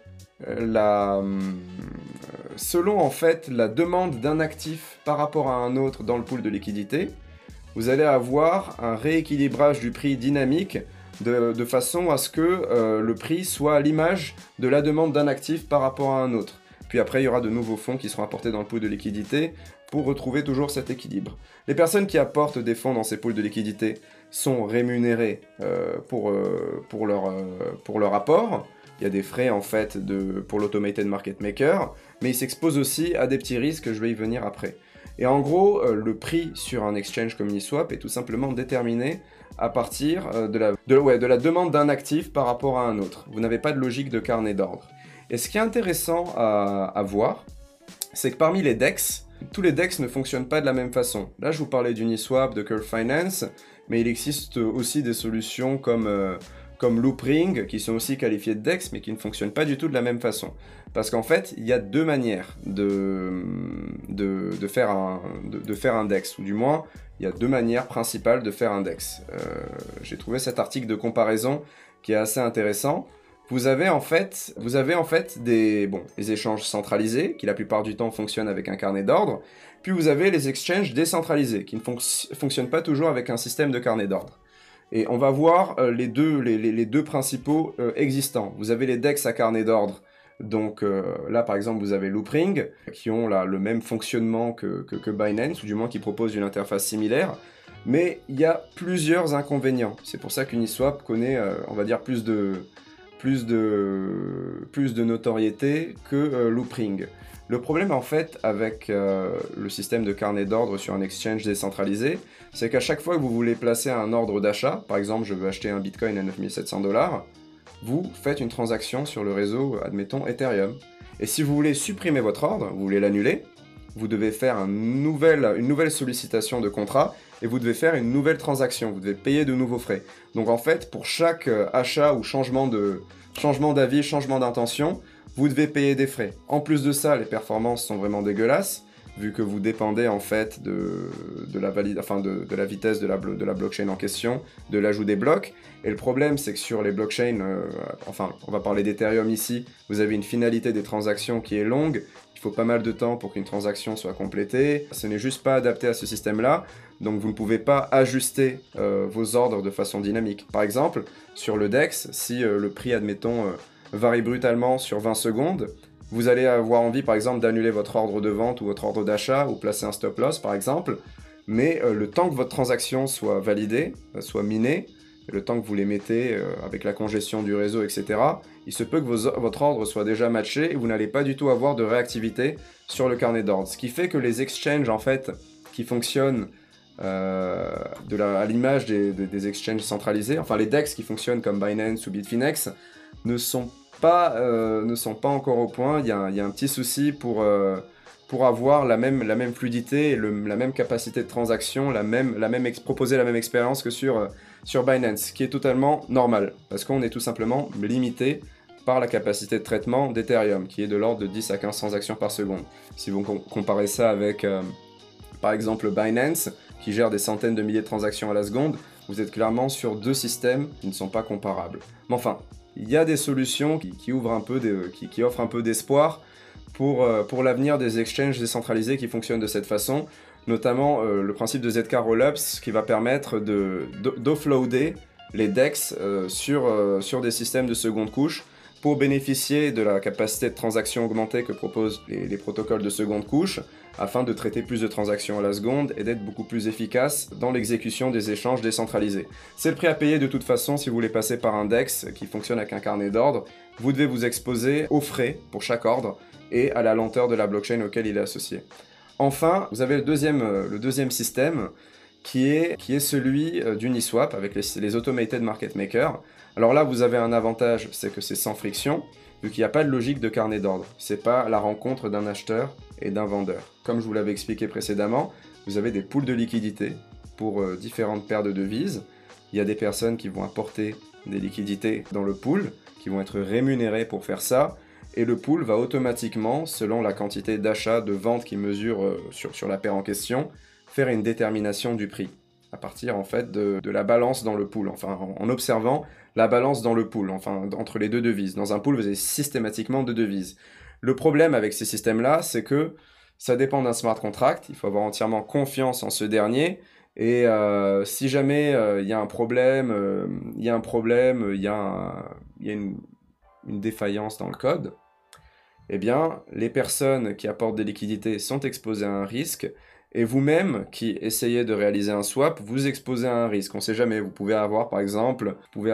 en fait la demande d'un actif par rapport à un autre dans le pool de liquidité, vous allez avoir un rééquilibrage du prix dynamique de façon à ce que le prix soit à l'image de la demande d'un actif par rapport à un autre. Puis après, il y aura de nouveaux fonds qui seront apportés dans le pool de liquidité pour retrouver toujours cet équilibre. Les personnes qui apportent des fonds dans ces pools de liquidité sont rémunérées pour leur apport. Il y a des frais en fait pour l'Automated Market Maker, mais ils s'exposent aussi à des petits risques, je vais y venir après. Et en gros, le prix sur un exchange comme Uniswap est tout simplement déterminé à partir de la demande d'un actif par rapport à un autre. Vous n'avez pas de logique de carnet d'ordre. Et ce qui est intéressant à voir, c'est que parmi les DEX, tous les DEX ne fonctionnent pas de la même façon. Là, je vous parlais d'Uniswap, de Curve Finance, mais il existe aussi des solutions comme Loopring, qui sont aussi qualifiées de DEX, mais qui ne fonctionnent pas du tout de la même façon. Parce qu'en fait, il y a deux manières de faire un DEX, ou du moins, il y a deux manières principales de faire un DEX. J'ai trouvé cet article de comparaison qui est assez intéressant. Vous avez en fait des échanges centralisés, qui la plupart du temps fonctionnent avec un carnet d'ordre, puis vous avez les exchanges décentralisés, qui ne fonctionnent pas toujours avec un système de carnet d'ordre. Et on va voir les deux principaux existants. Vous avez les DEX à carnet d'ordre, donc là par exemple vous avez Loopring, qui ont là, le même fonctionnement que Binance, ou du moins qui proposent une interface similaire, mais il y a plusieurs inconvénients. C'est pour ça qu'Uniswap connaît, on va dire, plus de notoriété que Loopring. Le problème en fait avec le système de carnet d'ordre sur un exchange décentralisé, c'est qu'à chaque fois que vous voulez placer un ordre d'achat, par exemple je veux acheter un Bitcoin à 9700 $, vous faites une transaction sur le réseau, admettons Ethereum. Et si vous voulez supprimer votre ordre, vous voulez l'annuler, vous devez faire une nouvelle sollicitation de contrat et vous devez faire une nouvelle transaction, vous devez payer de nouveaux frais. Donc en fait, pour chaque achat ou changement d'avis, changement d'intention, vous devez payer des frais. En plus de ça, les performances sont vraiment dégueulasses, vu que vous dépendez en fait de la vitesse de la blockchain en question, de l'ajout des blocs. Et le problème, c'est que sur les blockchains, on va parler d'Ethereum ici, vous avez une finalité des transactions qui est longue. Il faut pas mal de temps pour qu'une transaction soit complétée. Ce n'est juste pas adapté à ce système-là, donc vous ne pouvez pas ajuster vos ordres de façon dynamique. Par exemple, sur le DEX, si le prix, admettons, varie brutalement sur 20 secondes, vous allez avoir envie, par exemple, d'annuler votre ordre de vente ou votre ordre d'achat, ou placer un stop loss, par exemple, mais le temps que votre transaction soit validée, soit minée, et le temps que vous les mettez avec la congestion du réseau, etc., il se peut que votre ordre soit déjà matché et vous n'allez pas du tout avoir de réactivité sur le carnet d'ordre. Ce qui fait que les exchanges, en fait, qui fonctionnent à l'image des exchanges centralisés, enfin les DEX qui fonctionnent comme Binance ou Bitfinex, ne sont pas encore au point. Il y a un petit souci pour avoir la même fluidité et la même capacité de transaction, proposer la même expérience que sur Binance, ce qui est totalement normal, parce qu'on est tout simplement limité par la capacité de traitement d'Ethereum, qui est de l'ordre de 10 à 15 transactions par seconde. Si vous comparez ça avec, par exemple, Binance, qui gère des centaines de milliers de transactions à la seconde, vous êtes clairement sur deux systèmes qui ne sont pas comparables. Mais enfin, il y a des solutions qui offrent un peu d'espoir pour l'avenir des exchanges décentralisés qui fonctionnent de cette façon, notamment le principe de ZK Rollups qui va permettre d'offloader les DEX sur des systèmes de seconde couche pour bénéficier de la capacité de transaction augmentée que proposent les protocoles de seconde couche, afin de traiter plus de transactions à la seconde et d'être beaucoup plus efficace dans l'exécution des échanges décentralisés. C'est le prix à payer de toute façon si vous voulez passer par un DEX qui fonctionne avec un carnet d'ordre. Vous devez vous exposer aux frais pour chaque ordre et à la lenteur de la blockchain auquel il est associé. Enfin, vous avez le deuxième système qui est celui d'Uniswap avec les Automated Market Makers. Alors là, vous avez un avantage, c'est que c'est sans friction, vu qu'il n'y a pas de logique de carnet d'ordre. C'est pas la rencontre d'un acheteur et d'un vendeur. Comme je vous l'avais expliqué précédemment, vous avez des pools de liquidités pour différentes paires de devises. Il y a des personnes qui vont apporter des liquidités dans le pool, qui vont être rémunérées pour faire ça, et le pool va automatiquement, selon la quantité d'achat, de vente qui mesure sur la paire en question, faire une détermination du prix, à partir en fait de la balance dans le pool, enfin en observant la balance dans le pool, enfin entre les deux devises. Dans un pool, vous avez systématiquement deux devises. Le problème avec ces systèmes-là, c'est que ça dépend d'un smart contract, il faut avoir entièrement confiance en ce dernier, et si jamais il y a un problème, il y a une défaillance dans le code, eh bien, les personnes qui apportent des liquidités sont exposées à un risque, et vous-même qui essayez de réaliser un swap, vous exposez à un risque. On ne sait jamais, vous pouvez avoir par exemple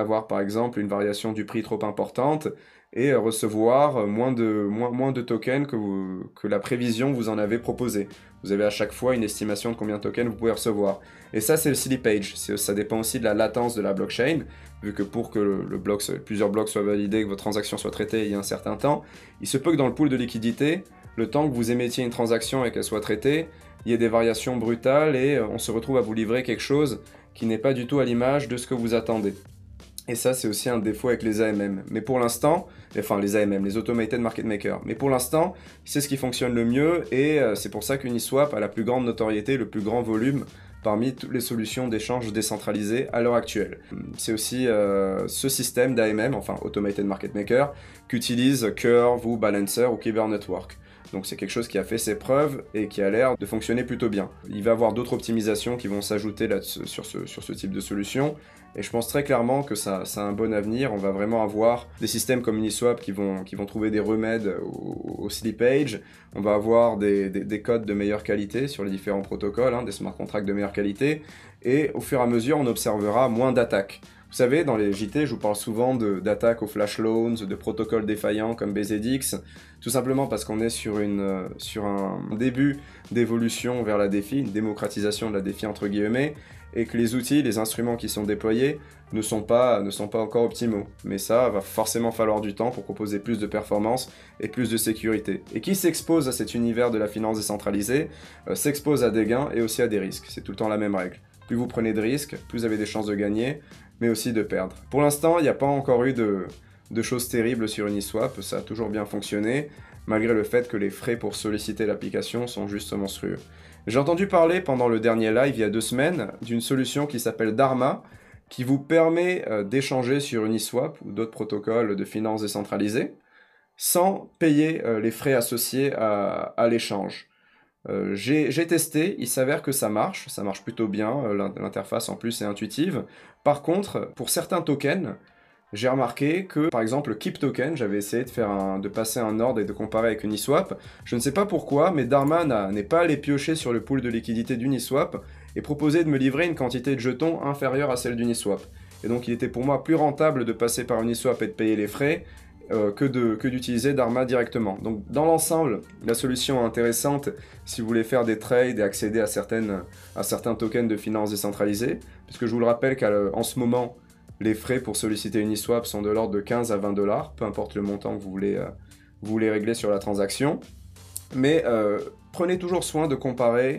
une variation du prix trop importante et recevoir moins de tokens que la prévision que vous en avez proposé. Vous avez à chaque fois une estimation de combien de tokens vous pouvez recevoir. Et ça, c'est le slippage. Ça dépend aussi de la latence de la blockchain, vu que pour que plusieurs blocs soient validés, que votre transaction soit traitée il y a un certain temps, il se peut que dans le pool de liquidité, le temps que vous émettiez une transaction et qu'elle soit traitée, il y a des variations brutales et on se retrouve à vous livrer quelque chose qui n'est pas du tout à l'image de ce que vous attendez. Et ça, c'est aussi un défaut avec les AMM. Mais pour l'instant, enfin les AMM, les Automated Market Makers. Mais pour l'instant, c'est ce qui fonctionne le mieux et c'est pour ça qu'Uniswap a la plus grande notoriété, le plus grand volume parmi toutes les solutions d'échange décentralisées à l'heure actuelle. C'est aussi ce système d'AMM, enfin Automated Market Maker, qu'utilise Curve ou Balancer ou Kyber Network. Donc c'est quelque chose qui a fait ses preuves et qui a l'air de fonctionner plutôt bien. Il va y avoir d'autres optimisations qui vont s'ajouter sur ce type de solution. Et je pense très clairement que ça a un bon avenir. On va vraiment avoir des systèmes comme Uniswap qui vont trouver des remèdes au slippage. On va avoir des codes de meilleure qualité sur les différents protocoles, des smart contracts de meilleure qualité. Et au fur et à mesure, on observera moins d'attaques. Vous savez, dans les JT, je vous parle souvent d'attaques aux flash loans, de protocoles défaillants comme BZX, tout simplement parce qu'on est sur un début d'évolution vers la DeFi, une démocratisation de la DeFi entre guillemets, et que les outils, les instruments qui sont déployés ne sont pas encore optimaux. Mais ça, va forcément falloir du temps pour proposer plus de performance et plus de sécurité. Et qui s'expose à cet univers de la finance décentralisée s'expose à des gains et aussi à des risques. C'est tout le temps la même règle. Plus vous prenez de risques, plus vous avez des chances de gagner, mais aussi de perdre. Pour l'instant, il n'y a pas encore eu de choses terribles sur Uniswap, ça a toujours bien fonctionné, malgré le fait que les frais pour solliciter l'application sont juste monstrueux. J'ai entendu parler pendant le dernier live, il y a 2 semaines, d'une solution qui s'appelle Dharma, qui vous permet d'échanger sur Uniswap ou d'autres protocoles de finance décentralisés, sans payer les frais associés à l'échange. J'ai testé, il s'avère que ça marche plutôt bien, l'interface en plus est intuitive. Par contre, pour certains tokens, j'ai remarqué que, par exemple, Keep Token, j'avais essayé de passer un ordre et de comparer avec Uniswap. Je ne sais pas pourquoi, mais Dharma n'est pas allé piocher sur le pool de liquidité d'Uniswap et proposé de me livrer une quantité de jetons inférieure à celle d'Uniswap. et donc il était pour moi plus rentable de passer par Uniswap et de payer les frais que d'utiliser Dharma directement. Donc dans l'ensemble, la solution est intéressante si vous voulez faire des trades et accéder à certains tokens de finance décentralisés, puisque je vous le rappelle qu'en ce moment, les frais pour solliciter Uniswap sont de l'ordre de 15 à 20 $, peu importe le montant que vous voulez régler sur la transaction. Mais prenez toujours soin de comparer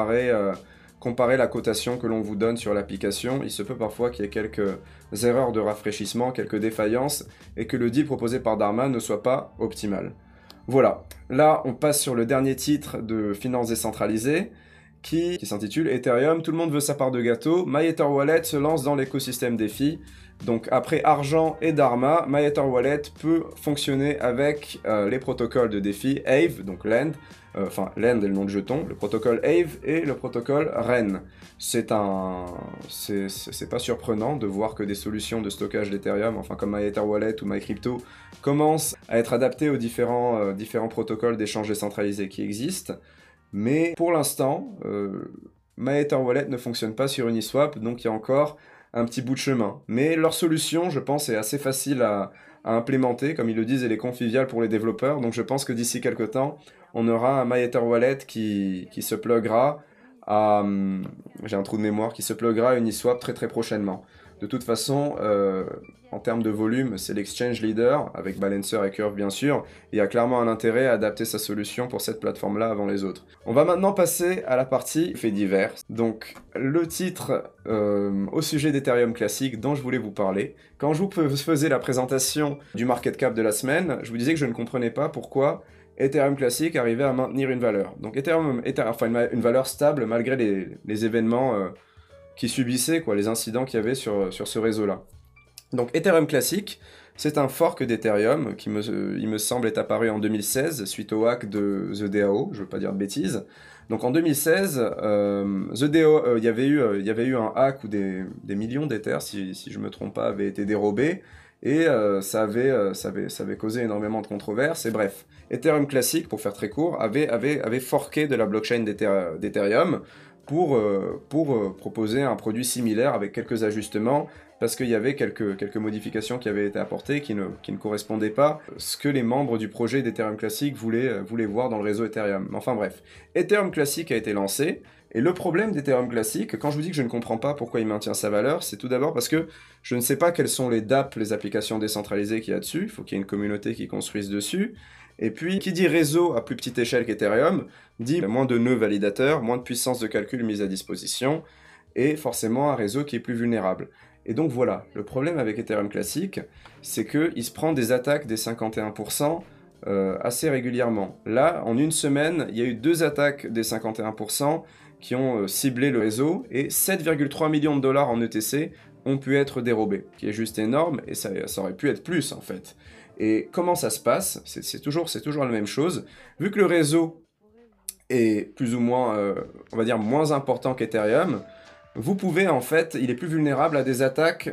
la cotation que l'on vous donne sur l'application. Il se peut parfois qu'il y ait quelques erreurs de rafraîchissement, quelques défaillances, et que le deal proposé par Dharma ne soit pas optimal. Voilà, là on passe sur le dernier titre de finance décentralisée, qui s'intitule Ethereum, tout le monde veut sa part de gâteau, MyEtherWallet se lance dans l'écosystème DeFi. Donc après Argent et Dharma, MyEtherWallet peut fonctionner avec les protocoles de DeFi, Aave, donc Lend, Lend est le nom de jeton, le protocole Aave et le protocole REN. C'est pas surprenant de voir que des solutions de stockage d'Ethereum, enfin comme MyEtherWallet ou MyCrypto, commencent à être adaptées aux différents protocoles d'échange décentralisés qui existent. Mais pour l'instant, MyEtherWallet ne fonctionne pas sur Uniswap, donc il y a encore un petit bout de chemin. Mais leur solution, je pense, est assez facile à implémenter, comme ils le disent, elle est conviviale pour les développeurs. Donc je pense que d'ici quelques temps, on aura un MyEtherWallet qui se pluggera à... j'ai un trou de mémoire, qui se pluggera à Uniswap très très prochainement. De toute façon, en termes de volume, c'est l'exchange leader, avec Balancer et Curve bien sûr. Il y a clairement un intérêt à adapter sa solution pour cette plateforme-là avant les autres. On va maintenant passer à la partie faits divers. Donc, le titre au sujet d'Ethereum Classic dont je voulais vous parler. Quand je vous faisais la présentation du market cap de la semaine, je vous disais que je ne comprenais pas pourquoi Ethereum Classic arrivait à maintenir une valeur. Donc, une valeur stable malgré les événements... qui subissaient les incidents qu'il y avait sur ce réseau-là. Donc Ethereum Classic, c'est un fork d'Ethereum qui il me semble est apparu en 2016 suite au hack de The DAO, je ne veux pas dire de bêtises. Donc en 2016, The DAO, il y avait eu un hack où des millions d'Ethers, si je ne me trompe pas, avaient été dérobés et ça avait causé énormément de controverses. Et bref, Ethereum Classic, pour faire très court, avait forké de la blockchain d'Ethereum pour proposer un produit similaire avec quelques ajustements, parce qu'il y avait quelques modifications qui avaient été apportées qui ne correspondaient pas à ce que les membres du projet d'Ethereum Classic voulaient voir dans le réseau Ethereum. Enfin bref, Ethereum Classic a été lancé, et le problème d'Ethereum Classic, quand je vous dis que je ne comprends pas pourquoi il maintient sa valeur, c'est tout d'abord parce que je ne sais pas quelles sont les dApps, les applications décentralisées qu'il y a dessus, il faut qu'il y ait une communauté qui construise dessus. Et puis, qui dit réseau à plus petite échelle qu'Ethereum, dit moins de nœuds validateurs, moins de puissance de calcul mise à disposition, et forcément un réseau qui est plus vulnérable. Et donc voilà, le problème avec Ethereum Classic, c'est qu'il se prend des attaques des 51% assez régulièrement. Là, en une semaine, il y a eu 2 attaques des 51% qui ont ciblé le réseau, et 7,3 millions de dollars en ETC ont pu être dérobés, qui est juste énorme, et ça aurait pu être plus en fait. Et comment ça se passe? C'est toujours la même chose. Vu que le réseau est plus ou moins, on va dire, moins important qu'Ethereum, vous pouvez en fait, il est plus vulnérable à des attaques,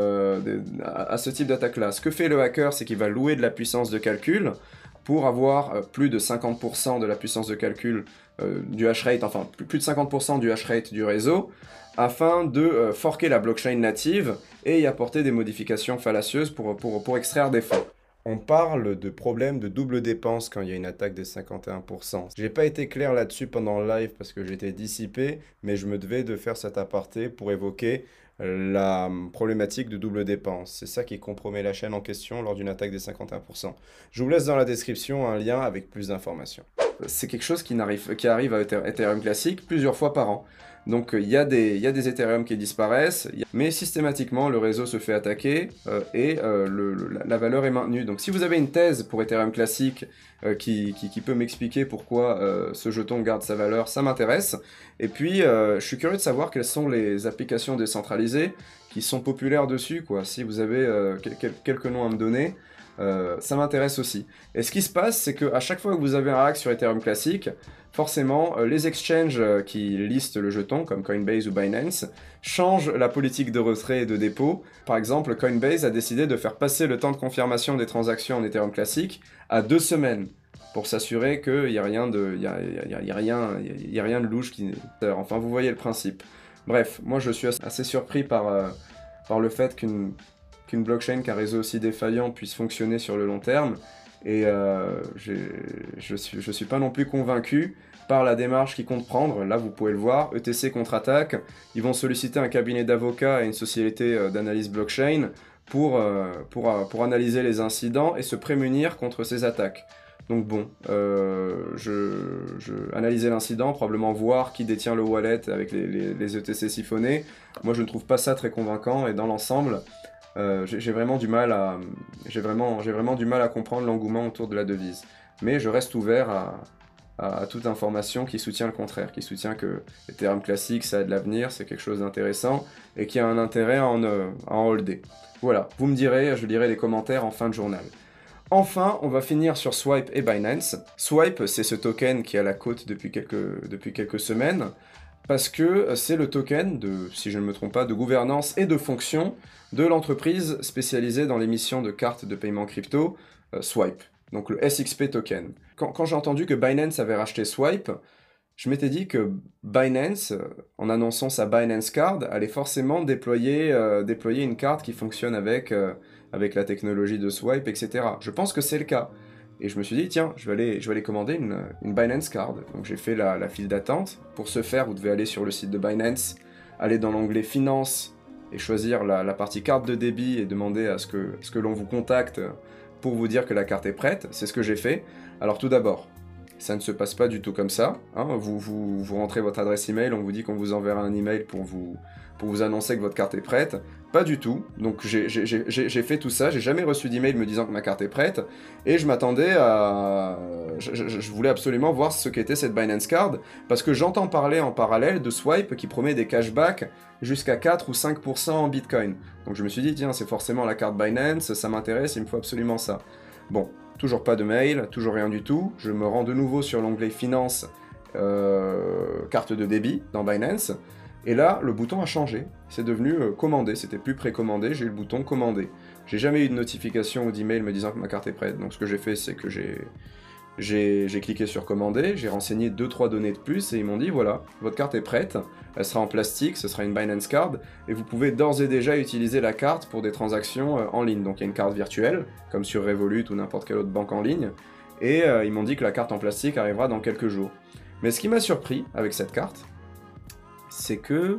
à ce type d'attaque-là. Ce que fait le hacker, c'est qu'il va louer de la puissance de calcul pour avoir plus de 50% de la puissance de calcul du hashrate, enfin plus de 50% du hashrate du réseau, afin de forker la blockchain native et y apporter des modifications fallacieuses pour extraire des fonds. On parle de problème de double dépense quand il y a une attaque des 51%. J'ai pas été clair là-dessus pendant le live parce que j'étais dissipé, mais je me devais de faire cet aparté pour évoquer la problématique de double dépense. C'est ça qui compromet la chaîne en question lors d'une attaque des 51%. Je vous laisse dans la description un lien avec plus d'informations. C'est quelque chose qui arrive à Ethereum Classic plusieurs fois par an. Donc il y a des Ethereum qui disparaissent, mais systématiquement le réseau se fait attaquer et la valeur est maintenue. Donc si vous avez une thèse pour Ethereum Classic qui peut m'expliquer pourquoi ce jeton garde sa valeur, ça m'intéresse. Et puis je suis curieux de savoir quelles sont les applications décentralisées qui sont populaires dessus, quoi. Si vous avez quelques noms à me donner, ça m'intéresse aussi. Et ce qui se passe, c'est qu'à chaque fois que vous avez un hack sur Ethereum Classic, forcément, les exchanges qui listent le jeton, comme Coinbase ou Binance, changent la politique de retrait et de dépôt. Par exemple, Coinbase a décidé de faire passer le temps de confirmation des transactions en Ethereum Classic à 2 semaines, pour s'assurer qu'il n'y a rien de louche qui... Enfin, vous voyez le principe. Bref, moi je suis assez surpris par par le fait qu'une blockchain, qu'un réseau aussi défaillant puisse fonctionner sur le long terme. Et je suis pas non plus convaincu par la démarche qu'ils comptent prendre. Là, vous pouvez le voir, ETC contre-attaque. Ils vont solliciter un cabinet d'avocats et une société d'analyse blockchain pour analyser les incidents et se prémunir contre ces attaques. Donc bon, analyser l'incident, probablement voir qui détient le wallet avec les ETC siphonnés. Moi, je ne trouve pas ça très convaincant, et dans l'ensemble, j'ai vraiment du mal à comprendre l'engouement autour de la devise. Mais je reste ouvert à toute information qui soutient le contraire, qui soutient que Ethereum classique, ça a de l'avenir, c'est quelque chose d'intéressant, et qui a un intérêt à en holder. Voilà, vous me direz, je lirai les commentaires en fin de journal. Enfin, on va finir sur Swipe et Binance. Swipe, c'est ce token qui est à la côte depuis quelques semaines, parce que c'est le token de, si je ne me trompe pas, de gouvernance et de fonction de l'entreprise spécialisée dans l'émission de cartes de paiement crypto, Swipe, donc le SXP token. Quand j'ai entendu que Binance avait racheté Swipe, je m'étais dit que Binance, en annonçant sa Binance Card, allait forcément déployer une carte qui fonctionne avec la technologie de Swipe, etc. Je pense que c'est le cas. Et je me suis dit, tiens, je vais aller commander une Binance Card. Donc j'ai fait la file d'attente. Pour ce faire, vous devez aller sur le site de Binance, aller dans l'onglet Finance et choisir la partie carte de débit et demander à ce que l'on vous contacte pour vous dire que la carte est prête. C'est ce que j'ai fait. Alors tout d'abord, ça ne se passe pas du tout comme ça. Hein. Vous rentrez votre adresse email, on vous dit qu'on vous enverra un email pour vous annoncer que votre carte est prête. Pas du tout. Donc j'ai fait tout ça, j'ai jamais reçu d'email me disant que ma carte est prête, et je m'attendais à... Je voulais absolument voir ce qu'était cette Binance Card, parce que j'entends parler en parallèle de Swipe qui promet des cashbacks jusqu'à 4 ou 5% en Bitcoin. Donc je me suis dit, tiens, c'est forcément la carte Binance, ça m'intéresse, il me faut absolument ça. Bon, toujours pas de mail, toujours rien du tout. Je me rends de nouveau sur l'onglet Finance, carte de débit dans Binance. Et là, le bouton a changé. C'est devenu commandé. C'était plus précommandé, j'ai eu le bouton commandé. J'ai jamais eu de notification ou d'email me disant que ma carte est prête. Donc ce que j'ai fait, c'est que j'ai cliqué sur commander, j'ai renseigné 2-3 données de plus et ils m'ont dit voilà, votre carte est prête, elle sera en plastique, ce sera une Binance Card et vous pouvez d'ores et déjà utiliser la carte pour des transactions en ligne. Donc il y a une carte virtuelle, comme sur Revolut ou n'importe quelle autre banque en ligne, et ils m'ont dit que la carte en plastique arrivera dans quelques jours. Mais ce qui m'a surpris avec cette carte, c'est que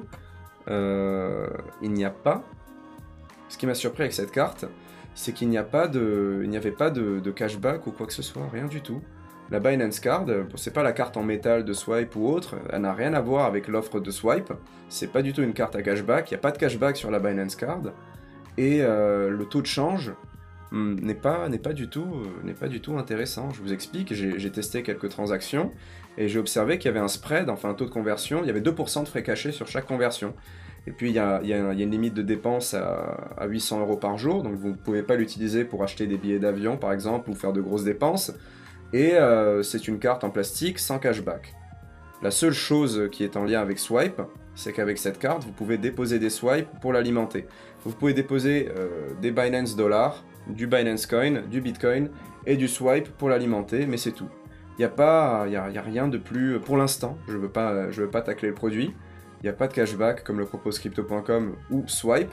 il n'y a pas... Ce qui m'a surpris avec cette carte, c'est qu'il n'y avait pas de cashback ou quoi que ce soit, rien du tout. La Binance Card, c'est pas la carte en métal de Swipe ou autre, elle n'a rien à voir avec l'offre de Swipe, c'est pas du tout une carte à cashback, il n'y a pas de cashback sur la Binance Card, et le taux de change n'est pas du tout intéressant. Je vous explique, j'ai testé quelques transactions, et j'ai observé qu'il y avait un spread, enfin un taux de conversion, il y avait 2% de frais cachés sur chaque conversion. Et puis il y a une limite de dépenses à 800 € par jour, donc vous ne pouvez pas l'utiliser pour acheter des billets d'avion par exemple, ou faire de grosses dépenses. Et c'est une carte en plastique sans cashback. La seule chose qui est en lien avec Swipe, c'est qu'avec cette carte, vous pouvez déposer des swipes pour l'alimenter. Vous pouvez déposer des Binance Dollars, du Binance Coin, du Bitcoin et du Swipe pour l'alimenter, mais c'est tout. Il n'y a rien de plus... Pour l'instant, je veux pas tacler le produit. Il n'y a pas de cashback comme le propose Crypto.com ou Swipe.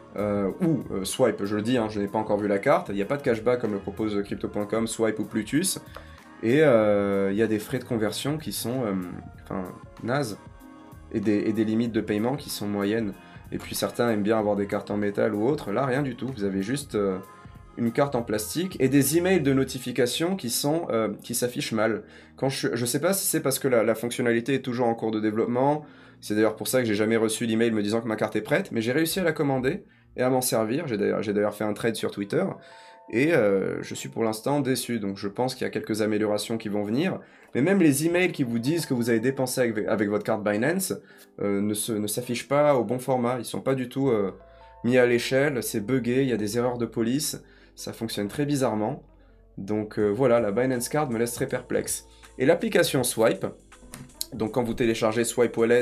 Swipe, je le dis, hein, je n'ai pas encore vu la carte. Il n'y a pas de cashback comme le propose Crypto.com, Swipe ou Plutus. Et il y a des frais de conversion qui sont nazes. Et des limites de paiement qui sont moyennes. Et puis certains aiment bien avoir des cartes en métal ou autre. Là, rien du tout. Vous avez juste une carte en plastique et des emails de notification qui s'affichent mal. Je sais pas si c'est parce que la fonctionnalité est toujours en cours de développement. C'est d'ailleurs pour ça que j'ai jamais reçu l'email me disant que ma carte est prête, mais j'ai réussi à la commander et à m'en servir. J'ai d'ailleurs fait un trade sur Twitter, et je suis pour l'instant déçu, donc je pense qu'il y a quelques améliorations qui vont venir. Mais même les emails qui vous disent que vous avez dépensé avec votre carte Binance ne s'affichent pas au bon format, ils sont pas du tout mis à l'échelle, c'est buggé, il y a des erreurs de police, ça fonctionne très bizarrement. Donc voilà, la Binance Card me laisse très perplexe. Et l'application Swipe, donc quand vous téléchargez Swipe Wallet,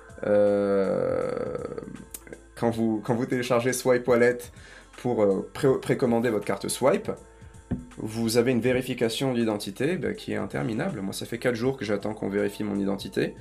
quand vous téléchargez Swipe Wallet pour précommander votre carte Swipe, vous avez une vérification d'identité qui est interminable. Moi, ça fait 4 jours que j'attends qu'on vérifie mon identité.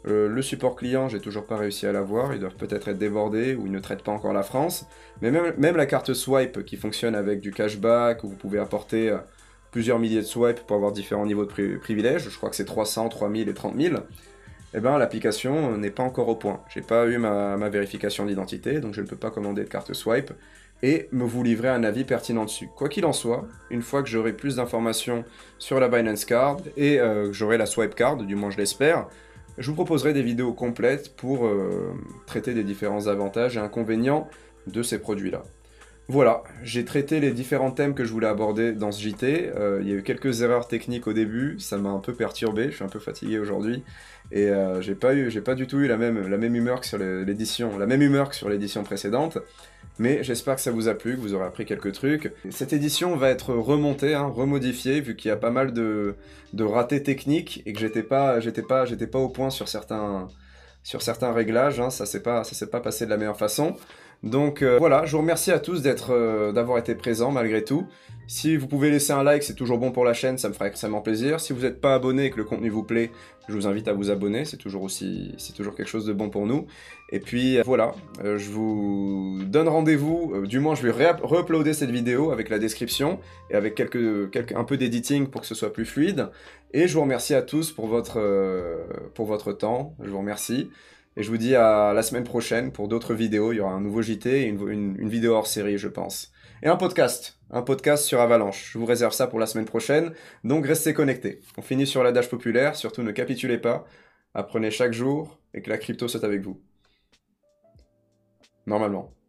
Le support client, j'ai toujours pas réussi à l'avoir, ils doivent peut-être être débordés ou ils ne traitent pas encore la France. Mais même la carte Swipe qui fonctionne avec du cashback, où vous pouvez apporter plusieurs milliers de swipes pour avoir différents niveaux de privilèges, je crois que c'est 300, 3000 et 30 000, eh ben, l'application n'est pas encore au point. J'ai pas eu ma vérification d'identité, donc je ne peux pas commander de carte Swipe et me vous livrer un avis pertinent dessus. Quoi qu'il en soit, une fois que j'aurai plus d'informations sur la Binance Card et que j'aurai la Swipe Card, du moins je l'espère, je vous proposerai des vidéos complètes pour traiter des différents avantages et inconvénients de ces produits-là. Voilà, j'ai traité les différents thèmes que je voulais aborder dans ce JT. Il y a eu quelques erreurs techniques au début, ça m'a un peu perturbé, je suis un peu fatigué aujourd'hui. Et j'ai pas du tout eu la même humeur que sur l'édition, la même humeur que sur l'édition précédente. Mais j'espère que ça vous a plu, que vous aurez appris quelques trucs. Cette édition va être remontée, hein, remodifiée, vu qu'il y a pas mal de ratés techniques et que j'étais pas au point sur certains réglages, hein, ça s'est pas passé de la meilleure façon. Donc voilà, je vous remercie à tous d'avoir été présents malgré tout. Si vous pouvez laisser un like, c'est toujours bon pour la chaîne, ça me ferait extrêmement plaisir. Si vous n'êtes pas abonné et que le contenu vous plaît, je vous invite à vous abonner, c'est toujours quelque chose de bon pour nous. Et puis voilà, je vous donne rendez-vous, du moins je vais re-uploader cette vidéo avec la description et avec un peu d'editing pour que ce soit plus fluide. Et je vous remercie à tous pour votre temps, je vous remercie. Et je vous dis à la semaine prochaine pour d'autres vidéos. Il y aura un nouveau JT et une vidéo hors série, je pense. Et un podcast sur Avalanche. Je vous réserve ça pour la semaine prochaine, donc restez connectés. On finit sur l'adage populaire, surtout ne capitulez pas. Apprenez chaque jour et que la crypto soit avec vous. Normalement.